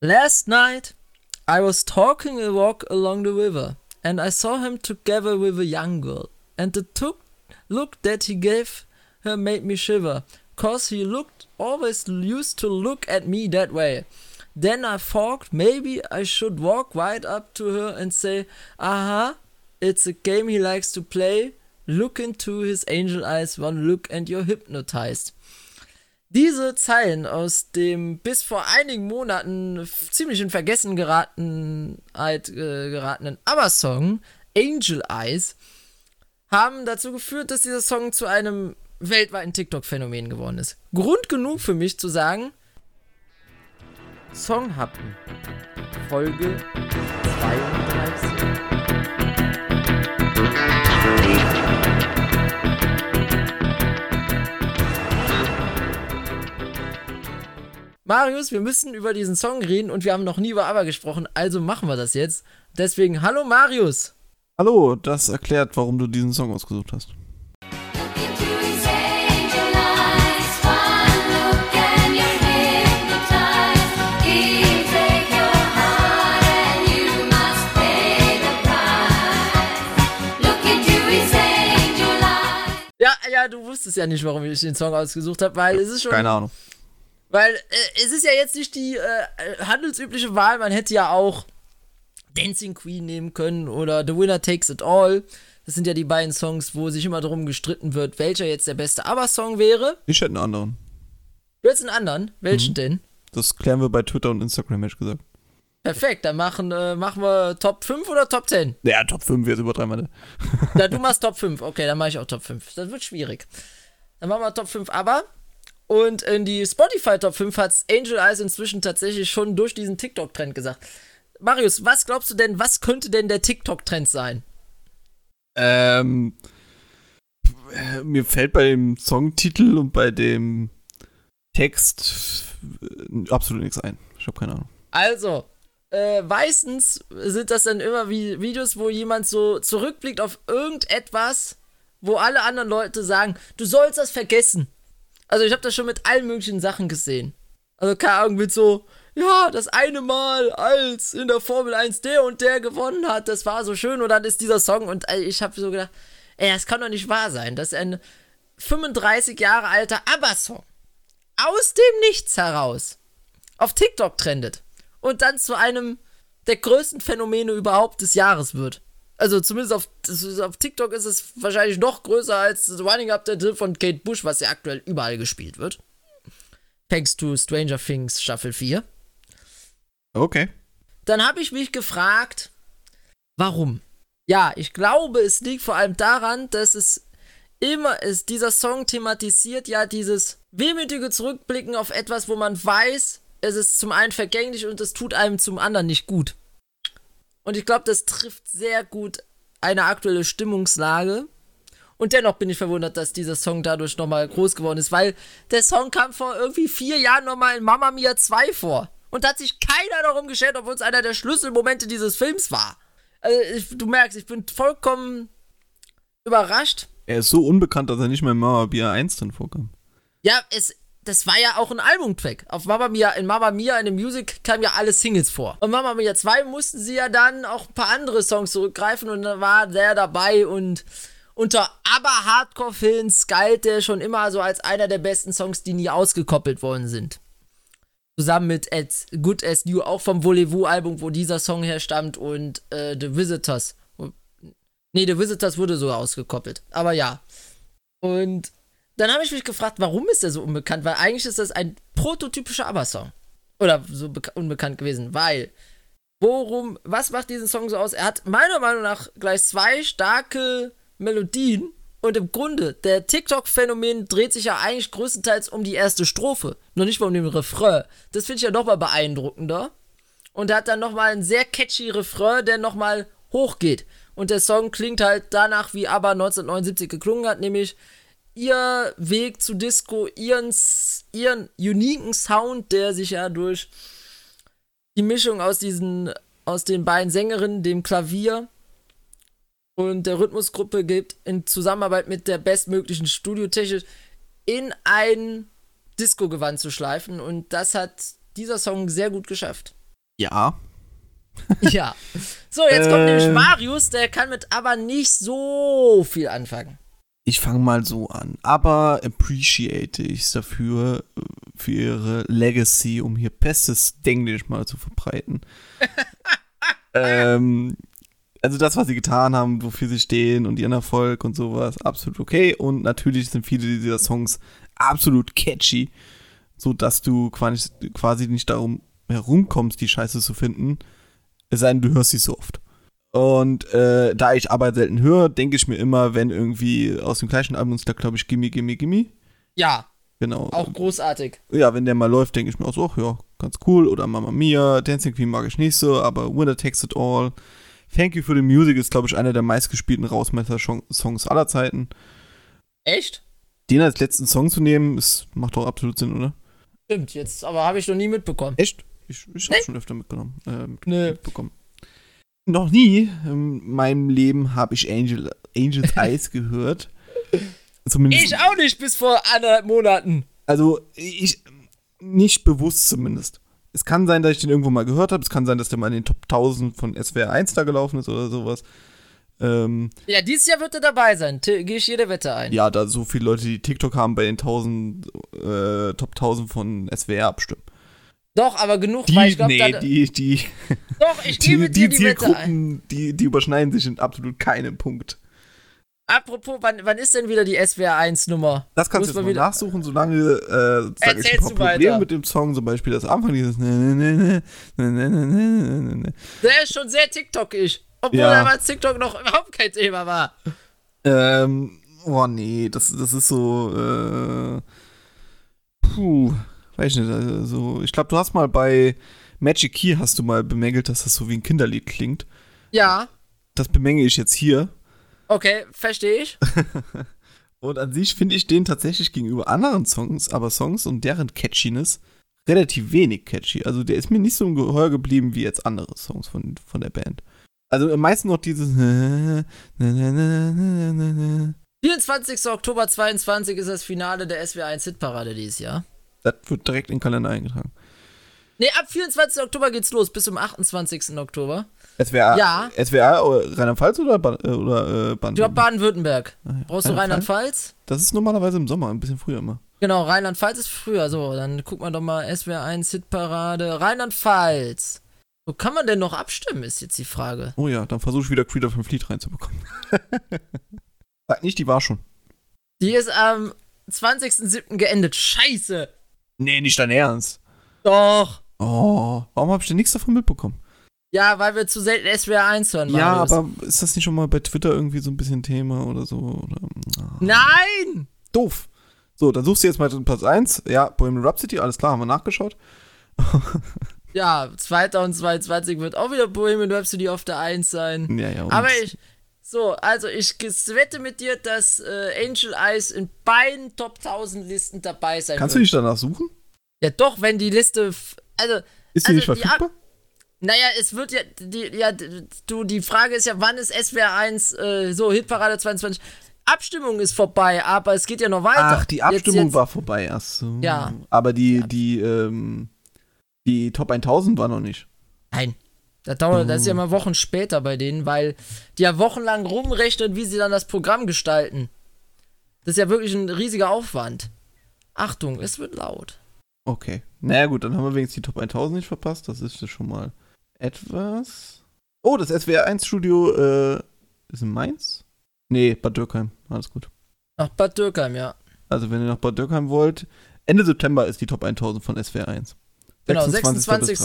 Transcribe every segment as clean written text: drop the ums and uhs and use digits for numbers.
Last night, I was talking a walk along the river, and I saw him together with a young girl, and the look that he gave her made me shiver, 'cause he always used to look at me that way. Then I thought maybe I should walk right up to her and say, aha, it's a game he likes to play. Look into his angel eyes, one look and you're hypnotized. Diese Zeilen aus dem bis vor einigen Monaten ziemlich in Vergessen geratenen ABBA-Song Angel Eyes haben dazu geführt, dass dieser Song zu einem weltweiten TikTok-Phänomen geworden ist. Grund genug für mich zu sagen, Songhappen, Folge 32. Marius, wir müssen über diesen Song reden und wir haben noch nie über ABBA gesprochen, also machen wir das jetzt. Deswegen, hallo Marius. Hallo, das erklärt, warum du diesen Song ausgesucht hast. Ja, du wusstest ja nicht, warum ich den Song ausgesucht habe, weil es ist schon... Keine Ahnung. Weil es ist ja jetzt nicht die handelsübliche Wahl, man hätte ja auch Dancing Queen nehmen können oder The Winner Takes It All. Das sind ja die beiden Songs, wo sich immer darum gestritten wird, welcher jetzt der beste ABBA-Song wäre. Ich hätte einen anderen. Du hättest einen anderen? Welchen denn? Das klären wir bei Twitter und Instagram, hätte ich gesagt. Perfekt, dann machen wir Top 5 oder Top 10? Ja, Top 5, jetzt übertreiben wir. Ja, du machst Top 5, okay, dann mache ich auch Top 5. Das wird schwierig. Dann machen wir Top 5 ABBA. Und in die Spotify Top 5 hat Angel Eyes inzwischen tatsächlich schon durch diesen TikTok-Trend gesagt. Marius, was glaubst du denn, was könnte denn der TikTok-Trend sein? Mir fällt bei dem Songtitel und bei dem Text absolut nichts ein. Ich habe keine Ahnung. Also, meistens sind das dann immer wie Videos, wo jemand so zurückblickt auf irgendetwas, wo alle anderen Leute sagen, du sollst das vergessen. Also ich habe das schon mit allen möglichen Sachen gesehen. Also keine Ahnung, mit so, ja, das eine Mal, als in der Formel 1 der und der gewonnen hat, das war so schön und dann ist dieser Song und ich habe so gedacht, das kann doch nicht wahr sein, dass ein 35 Jahre alter ABBA-Song aus dem Nichts heraus auf TikTok trendet und dann zu einem der größten Phänomene überhaupt des Jahres wird. Also zumindest auf TikTok ist es wahrscheinlich noch größer als das Running Up That Hill von Kate Bush, was ja aktuell überall gespielt wird. Thanks to Stranger Things Staffel 4. Okay. Dann habe ich mich gefragt, warum? Ja, ich glaube, es liegt vor allem daran, dass dieser Song thematisiert ja dieses wehmütige Zurückblicken auf etwas, wo man weiß, es ist zum einen vergänglich und es tut einem zum anderen nicht gut. Und ich glaube, das trifft sehr gut eine aktuelle Stimmungslage. Und dennoch bin ich verwundert, dass dieser Song dadurch nochmal groß geworden ist, weil der Song kam vor irgendwie 4 Jahren nochmal in Mamma Mia 2 vor. Und da hat sich keiner darum geschert, obwohl es einer der Schlüsselmomente dieses Films war. Also du merkst, ich bin vollkommen überrascht. Er ist so unbekannt, dass er nicht mehr in Mamma Mia 1 drin vorkam. Ja, das war ja auch ein Albumtrack. In Mamma Mia, in dem Music, kamen ja alle Singles vor. Und Mamma Mia 2 mussten sie ja dann auch ein paar andere Songs zurückgreifen und dann war der dabei und unter ABBA-Hardcore-Fans galt der schon immer so als einer der besten Songs, die nie ausgekoppelt worden sind. Zusammen mit As Good As New, auch vom Voulez-Vous-Album, wo dieser Song herstammt und The Visitors. Nee, The Visitors wurde sogar ausgekoppelt. Aber ja. Und dann habe ich mich gefragt, warum ist der so unbekannt? Weil eigentlich ist das ein prototypischer ABBA-Song. Oder so unbekannt gewesen, weil was macht diesen Song so aus? Er hat meiner Meinung nach gleich 2 starke Melodien und im Grunde, der TikTok-Phänomen dreht sich ja eigentlich größtenteils um die erste Strophe, noch nicht mal um den Refrain. Das finde ich ja nochmal beeindruckender. Und er hat dann nochmal einen sehr catchy Refrain, der nochmal hochgeht. Und der Song klingt halt danach, wie ABBA 1979 geklungen hat, nämlich ihr Weg zu Disco, ihren uniken Sound, der sich ja durch die Mischung aus den beiden Sängerinnen, dem Klavier und der Rhythmusgruppe gibt, in Zusammenarbeit mit der bestmöglichen Studiotechnik in ein Disco-Gewand zu schleifen. Und das hat dieser Song sehr gut geschafft. Ja. Ja. So, jetzt kommt nämlich Marius, der kann mit aber nicht so viel anfangen. Ich fange mal so an. Aber appreciate ich es dafür, für ihre Legacy, um hier bestes Denglisch mal zu verbreiten. Also das, was sie getan haben, wofür sie stehen und ihren Erfolg und sowas, absolut okay. Und natürlich sind viele dieser Songs absolut catchy, sodass du quasi nicht darum herumkommst, die Scheiße zu finden, es sei denn, du hörst sie so oft. Und da ich aber selten höre, denke ich mir immer, wenn irgendwie aus dem gleichen Album ist da, glaube ich, Gimme, Gimme, Gimme. Ja. Genau. Auch großartig. Ja, wenn der mal läuft, denke ich mir auch so, ach ja, ganz cool. Oder Mamma Mia, Dancing Queen mag ich nicht so, aber Winner Takes It All. Thank You for the Music ist, glaube ich, einer der meistgespielten Rausmesser-Songs aller Zeiten. Echt? Den als letzten Song zu nehmen, macht doch absolut Sinn, oder? Stimmt, jetzt aber habe ich noch nie mitbekommen. Echt? Ich habe schon öfter mitbekommen. Mitbekommen. Noch nie in meinem Leben habe ich Angel's Eyes gehört. Zumindest, ich auch nicht, bis vor 1,5 Monaten. Also, ich nicht bewusst zumindest. Es kann sein, dass ich den irgendwo mal gehört habe. Es kann sein, dass der mal in den Top 1000 von SWR 1 da gelaufen ist oder sowas. Ja, dieses Jahr wird er dabei sein. Gehe ich jede Wette ein. Ja, da so viele Leute, die TikTok haben, bei den Top 1000 von SWR abstimmen. Doch, aber genug, weil ich glaube, Doch, ich gebe dir die Wette ein. Die überschneiden sich in absolut keinem Punkt. Apropos, wann ist denn wieder die SWR 1 Nummer? Das kannst du jetzt mal nachsuchen, solange sag ich ein paar Probleme mit dem Song, zum Beispiel das Anfang dieses Der ist schon sehr TikTok-ig, obwohl damals TikTok noch überhaupt kein Thema war. Oh nee, das ist so, weiß nicht, also, ich glaube, du hast mal bei Magic Key hast du mal bemängelt, dass das so wie ein Kinderlied klingt. Ja. Das bemängel ich jetzt hier. Okay, verstehe ich. Und an sich finde ich den tatsächlich gegenüber anderen Songs und deren Catchiness relativ wenig catchy. Also der ist mir nicht so im Gehör geblieben wie jetzt andere Songs von der Band. Also am meisten noch dieses 24. Oktober 22 ist das Finale der SWR 1 Hitparade dieses Jahr. Das wird direkt in den Kalender eingetragen. Nee, ab 24. Oktober geht's los, bis zum 28. Oktober. SWR, ja. SWR Rheinland-Pfalz oder Baden-Württemberg? Ich glaube Baden-Württemberg. Ah, ja. Brauchst du Rheinland-Pfalz? Das ist normalerweise im Sommer, ein bisschen früher immer. Genau, Rheinland-Pfalz ist früher. So, dann guck mal doch mal SWR 1 Hitparade. Rheinland-Pfalz. Wo kann man denn noch abstimmen, ist jetzt die Frage. Oh ja, dann versuche ich wieder Creed of the Fleet reinzubekommen. Sag nicht, die war schon. Die ist am 20.07. geendet. Scheiße. Nee, nicht dein Ernst. Doch. Oh, warum hab ich denn nichts davon mitbekommen? Ja, weil wir zu selten SWR 1 hören, Ja, Marius. aber ist das nicht schon mal bei Twitter irgendwie so ein bisschen Thema oder so? Oder, Nein! Doof. So, dann suchst du jetzt mal den Platz 1. Ja, Bohemian Rhapsody, alles klar, haben wir nachgeschaut. Ja, 2022 wird auch wieder Bohemian Rhapsody auf der 1 sein. Ja, aber ich wette mit dir, dass Angel Eyes in beiden Top 1000 Listen dabei sein Kannst du nicht danach suchen? Ja, doch, wenn die Liste. Ist die nicht verfügbar? Naja, es wird die Frage ist ja, wann ist SWR 1 Hitparade 22? Abstimmung ist vorbei, aber es geht ja noch weiter. Ach, die Abstimmung war vorbei, ach so. Ja. Aber die Top 1000 war noch nicht. Nein. Das ist ja mal Wochen später bei denen, weil die ja wochenlang rumrechnen, wie sie dann das Programm gestalten. Das ist ja wirklich ein riesiger Aufwand. Achtung, es wird laut. Okay. Naja gut, dann haben wir wenigstens die Top 1000 nicht verpasst. Das ist ja schon mal etwas. Oh, das SWR 1 Studio ist in Mainz? Nee, Bad Dürkheim. Alles gut. Nach Bad Dürkheim, ja. Also wenn ihr nach Bad Dürkheim wollt, Ende September ist die Top 1000 von SWR 1. Genau, 26.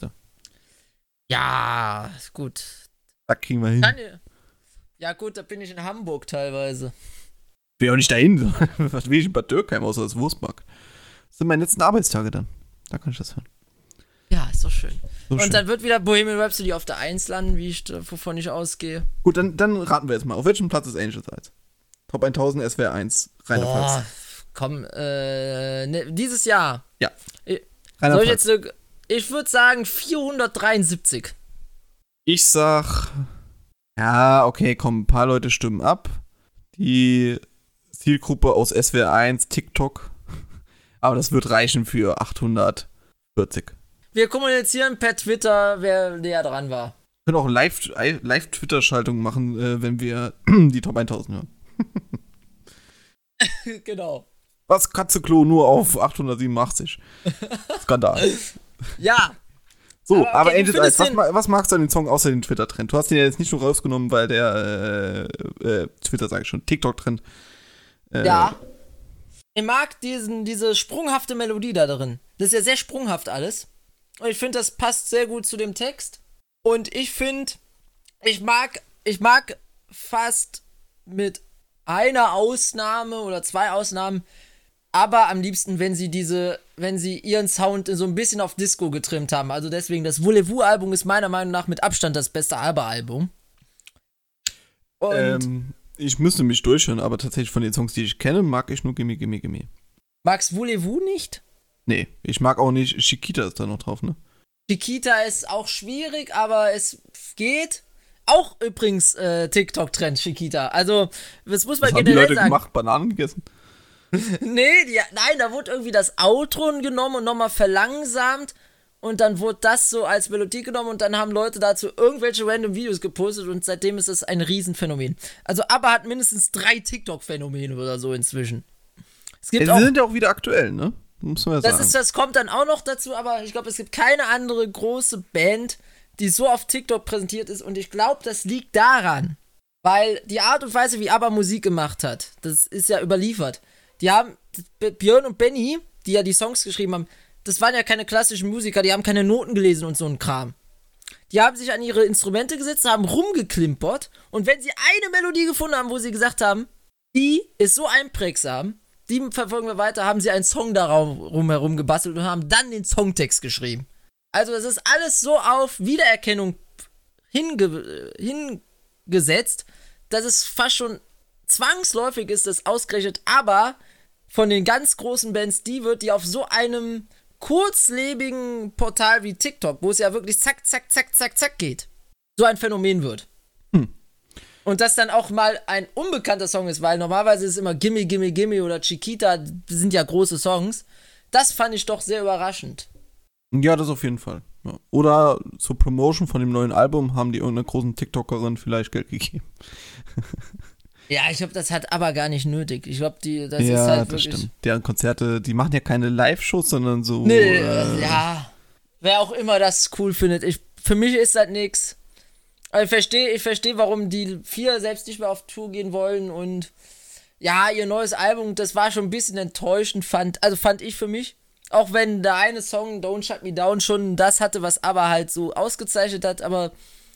Ja, gut. Da kriegen wir hin. Ja gut, da bin ich in Hamburg teilweise. Ich will auch nicht dahin. Was will ich in Bad Dürkheim, außer das Wurstmarkt? Das sind meine letzten Arbeitstage dann. Da kann ich das hören. Ja, ist doch schön. Und dann wird wieder Bohemian Rhapsody auf der 1 landen, wovon ich ausgehe. Gut, dann raten wir jetzt mal. Auf welchem Platz ist Angels Eyes? Top 1000 SWR 1. Rheinland-Pfalz. Komm, dieses Jahr. Ja. Ich würde sagen 473. Ich sag, ja, okay, komm, ein paar Leute stimmen ab. Die Zielgruppe aus SWR 1, TikTok. Aber das wird reichen für 840. Wir kommunizieren per Twitter, wer näher dran war. Wir können auch Live-Twitter-Schaltung machen, wenn wir die Top 1000 hören. Genau. Was Katzeklo nur auf 887. Skandal. Ja. So, aber okay, Angel Eyes, was magst du an den Song außer den Twitter-Trend? Du hast den ja jetzt nicht nur rausgenommen, weil der Twitter, sage ich schon, TikTok-Trend. Ja. Ich mag diese sprunghafte Melodie da drin. Das ist ja sehr sprunghaft alles. Und ich finde, das passt sehr gut zu dem Text. Und ich finde, ich mag fast mit einer Ausnahme oder 2 Ausnahmen, aber am liebsten, wenn sie ihren Sound so ein bisschen auf Disco getrimmt haben. Also deswegen, das Voulez-Vous-Album ist meiner Meinung nach mit Abstand das beste ABBA-Album. Und ich müsste mich durchhören, aber tatsächlich von den Songs, die ich kenne, mag ich nur Gimme, Gimme, Gimme. Magst Voulez-Vous nicht? Nee, ich mag auch nicht, Chiquita ist da noch drauf, ne? Chiquita ist auch schwierig, aber es geht. Auch übrigens TikTok-Trend, Chiquita. Also, das muss man generell sagen. Was haben die Leute sagen. gemacht? Bananen gegessen? Nein, da wurde irgendwie das Outro genommen und nochmal verlangsamt. Und dann wurde das so als Melodie genommen und dann haben Leute dazu irgendwelche random Videos gepostet und seitdem ist es ein Riesenphänomen. Also ABBA hat mindestens 3 TikTok-Phänomene oder so inzwischen. Die sind ja auch wieder aktuell, ne? Muss man ja sagen. Das kommt dann auch noch dazu, aber ich glaube, es gibt keine andere große Band, die so auf TikTok präsentiert ist und ich glaube, das liegt daran, weil die Art und Weise, wie ABBA Musik gemacht hat, das ist ja überliefert. Die haben, Björn und Benny, die ja die Songs geschrieben haben, das waren ja keine klassischen Musiker, die haben keine Noten gelesen und so ein Kram. Die haben sich an ihre Instrumente gesetzt, haben rumgeklimpert und wenn sie eine Melodie gefunden haben, wo sie gesagt haben, die ist so einprägsam, die verfolgen wir weiter, haben sie einen Song darum herum gebastelt und haben dann den Songtext geschrieben. Also es ist alles so auf Wiedererkennung hingesetzt, dass es fast schon zwangsläufig ist, dass ausgerechnet aber von den ganz großen Bands die wird, die auf so einem kurzlebigen Portal wie TikTok, wo es ja wirklich zack, zack, zack, zack, zack geht, so ein Phänomen wird. Und das dann auch mal ein unbekannter Song ist, weil normalerweise ist es immer Gimme, Gimme, Gimme oder Chiquita, das sind ja große Songs. Das fand ich doch sehr überraschend. Ja, das auf jeden Fall. Ja. Oder zur Promotion von dem neuen Album haben die irgendeiner großen TikTokerin vielleicht Geld gegeben. Ja, ich glaube, das hat aber gar nicht nötig. Ich glaube, das ja, ist halt das wirklich... stimmt. Deren Konzerte, die machen ja keine Live-Shows, sondern so... Nee, ja. Wer auch immer das cool findet. Für mich ist das nix. Aber ich verstehe, warum die 4 selbst nicht mehr auf Tour gehen wollen und ja, ihr neues Album, das war schon ein bisschen enttäuschend, fand ich für mich. Auch wenn der eine Song, Don't Shut Me Down, schon das hatte, was ABBA halt so ausgezeichnet hat, aber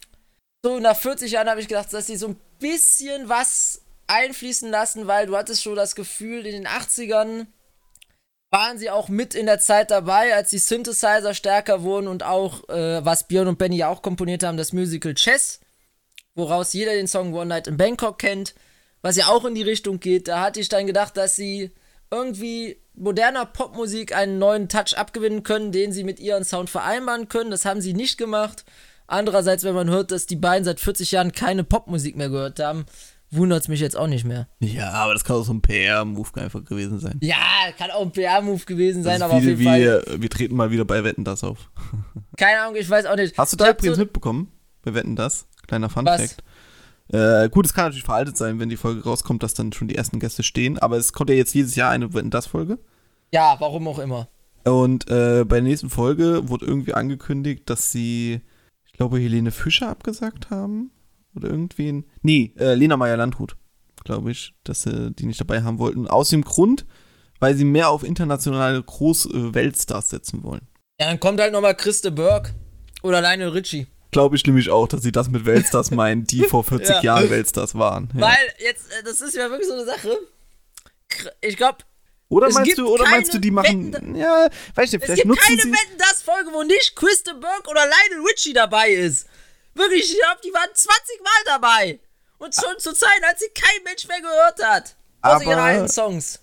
so nach 40 Jahren habe ich gedacht, dass sie so ein bisschen was einfließen lassen, weil du hattest schon das Gefühl, in den 80ern waren sie auch mit in der Zeit dabei, als die Synthesizer stärker wurden und auch, was Björn und Benny ja auch komponiert haben, das Musical Chess, woraus jeder den Song One Night in Bangkok kennt, was ja auch in die Richtung geht. Da hatte ich dann gedacht, dass sie irgendwie moderner Popmusik einen neuen Touch abgewinnen können, den sie mit ihrem Sound vereinbaren können. Das haben sie nicht gemacht. Andererseits, wenn man hört, dass die beiden seit 40 Jahren keine Popmusik mehr gehört haben, wundert es mich jetzt auch nicht mehr. Ja, aber das kann auch so ein PR-Move einfach gewesen sein. Ja, kann auch ein PR-Move gewesen sein, aber auf jeden Fall. Wir treten mal wieder bei Wetten, das auf. Keine Ahnung, ich weiß auch nicht. Hast du da übrigens mitbekommen? Bei Wetten, das? Kleiner Fun-Fact. Gut, es kann natürlich veraltet sein, wenn die Folge rauskommt, dass dann schon die ersten Gäste stehen, aber es kommt ja jetzt jedes Jahr eine Wetten, das Folge. Ja, warum auch immer. Und bei der nächsten Folge wurde irgendwie angekündigt, dass sie, ich glaube, Helene Fischer abgesagt haben. Oder irgendwen. Nee, Lena Meyer-Landrut, glaube ich, dass sie die nicht dabei haben wollten. Aus dem Grund, weil sie mehr auf internationale Groß-Weltstars setzen wollen. Ja, dann kommt halt nochmal Christe Burke oder Lionel Richie. Glaube ich nämlich auch, dass sie das mit Weltstars meinen, die vor 40 Jahren Weltstars waren. Ja. Weil jetzt, das ist ja wirklich so eine Sache. Ich glaube, Oder meinst du, die machen. Ja, weiß nicht, vielleicht nutzen sie. Es gibt keine Wetten-das-Folge, wo nicht Christe Burke oder Lionel Richie dabei ist. Wirklich, ich glaube, die waren 20 Mal dabei. Und schon zu Zeiten, als sie kein Mensch mehr gehört hat. Außer ihre alten Songs.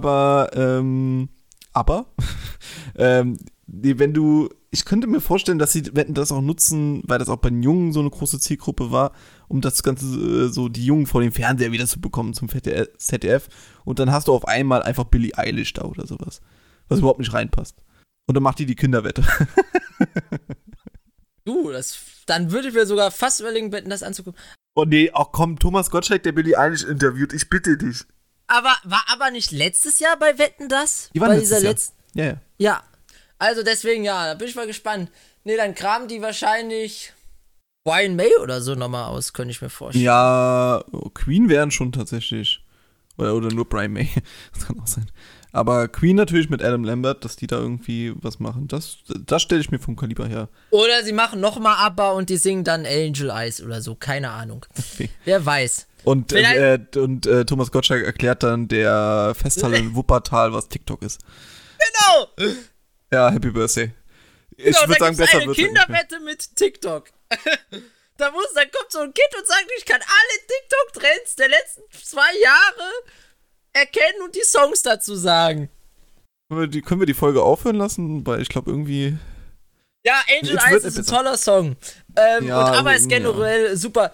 Ich könnte mir vorstellen, dass sie Wetten das auch nutzen, weil das auch bei den Jungen so eine große Zielgruppe war, um das Ganze so die Jungen vor dem Fernseher wieder zu bekommen zum ZDF. Und dann hast du auf einmal einfach Billie Eilish da oder sowas. Was überhaupt nicht reinpasst. Und dann macht die Kinderwette. Dann würde ich mir sogar fast überlegen, Wetten, das anzugucken. Oh nee, ach komm, Thomas Gottschalk, der Billie Eilish interviewt, ich bitte dich. Aber war aber nicht letztes Jahr bei Wetten, das? Die waren bei letztes dieser Jahr. letzten. Ja. Ja. Also deswegen, ja, da bin ich mal gespannt. Nee, dann kramen die wahrscheinlich Brian May oder so nochmal aus, könnte ich mir vorstellen. Ja, Queen wären schon tatsächlich. Oder nur Brian May. Das kann auch sein. Aber Queen natürlich mit Adam Lambert, dass die da irgendwie was machen. Das stelle ich mir vom Kaliber her. Oder sie machen nochmal ABBA und die singen dann Angel Eyes oder so, keine Ahnung. Okay. Wer weiß. Und Thomas Gottschalk erklärt dann der Festhalle in Wuppertal, was TikTok ist. Genau! Ja, Happy Birthday. Ich Genau, würde sagen, besser eine wird's Kinderwette mit TikTok. Dann kommt so ein Kind und sagt, ich kann alle TikTok-Trends der letzten 2 Jahre erkennen und die Songs dazu sagen. Können wir die Folge aufhören lassen? Weil ich glaube irgendwie... Ja, Angel Eyes ist ein toller Song. Und ABBA ist generell super.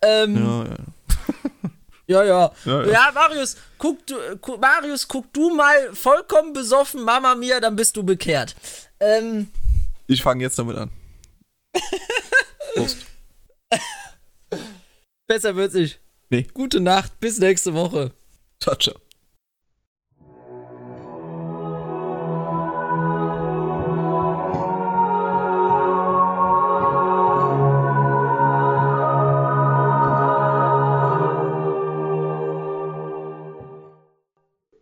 Ja, Marius, guck du mal vollkommen besoffen Mama Mia, dann bist du bekehrt. Ich fange jetzt damit an. Prost. Besser wird's nicht. Nee. Gute Nacht, bis nächste Woche. Ciao, ciao.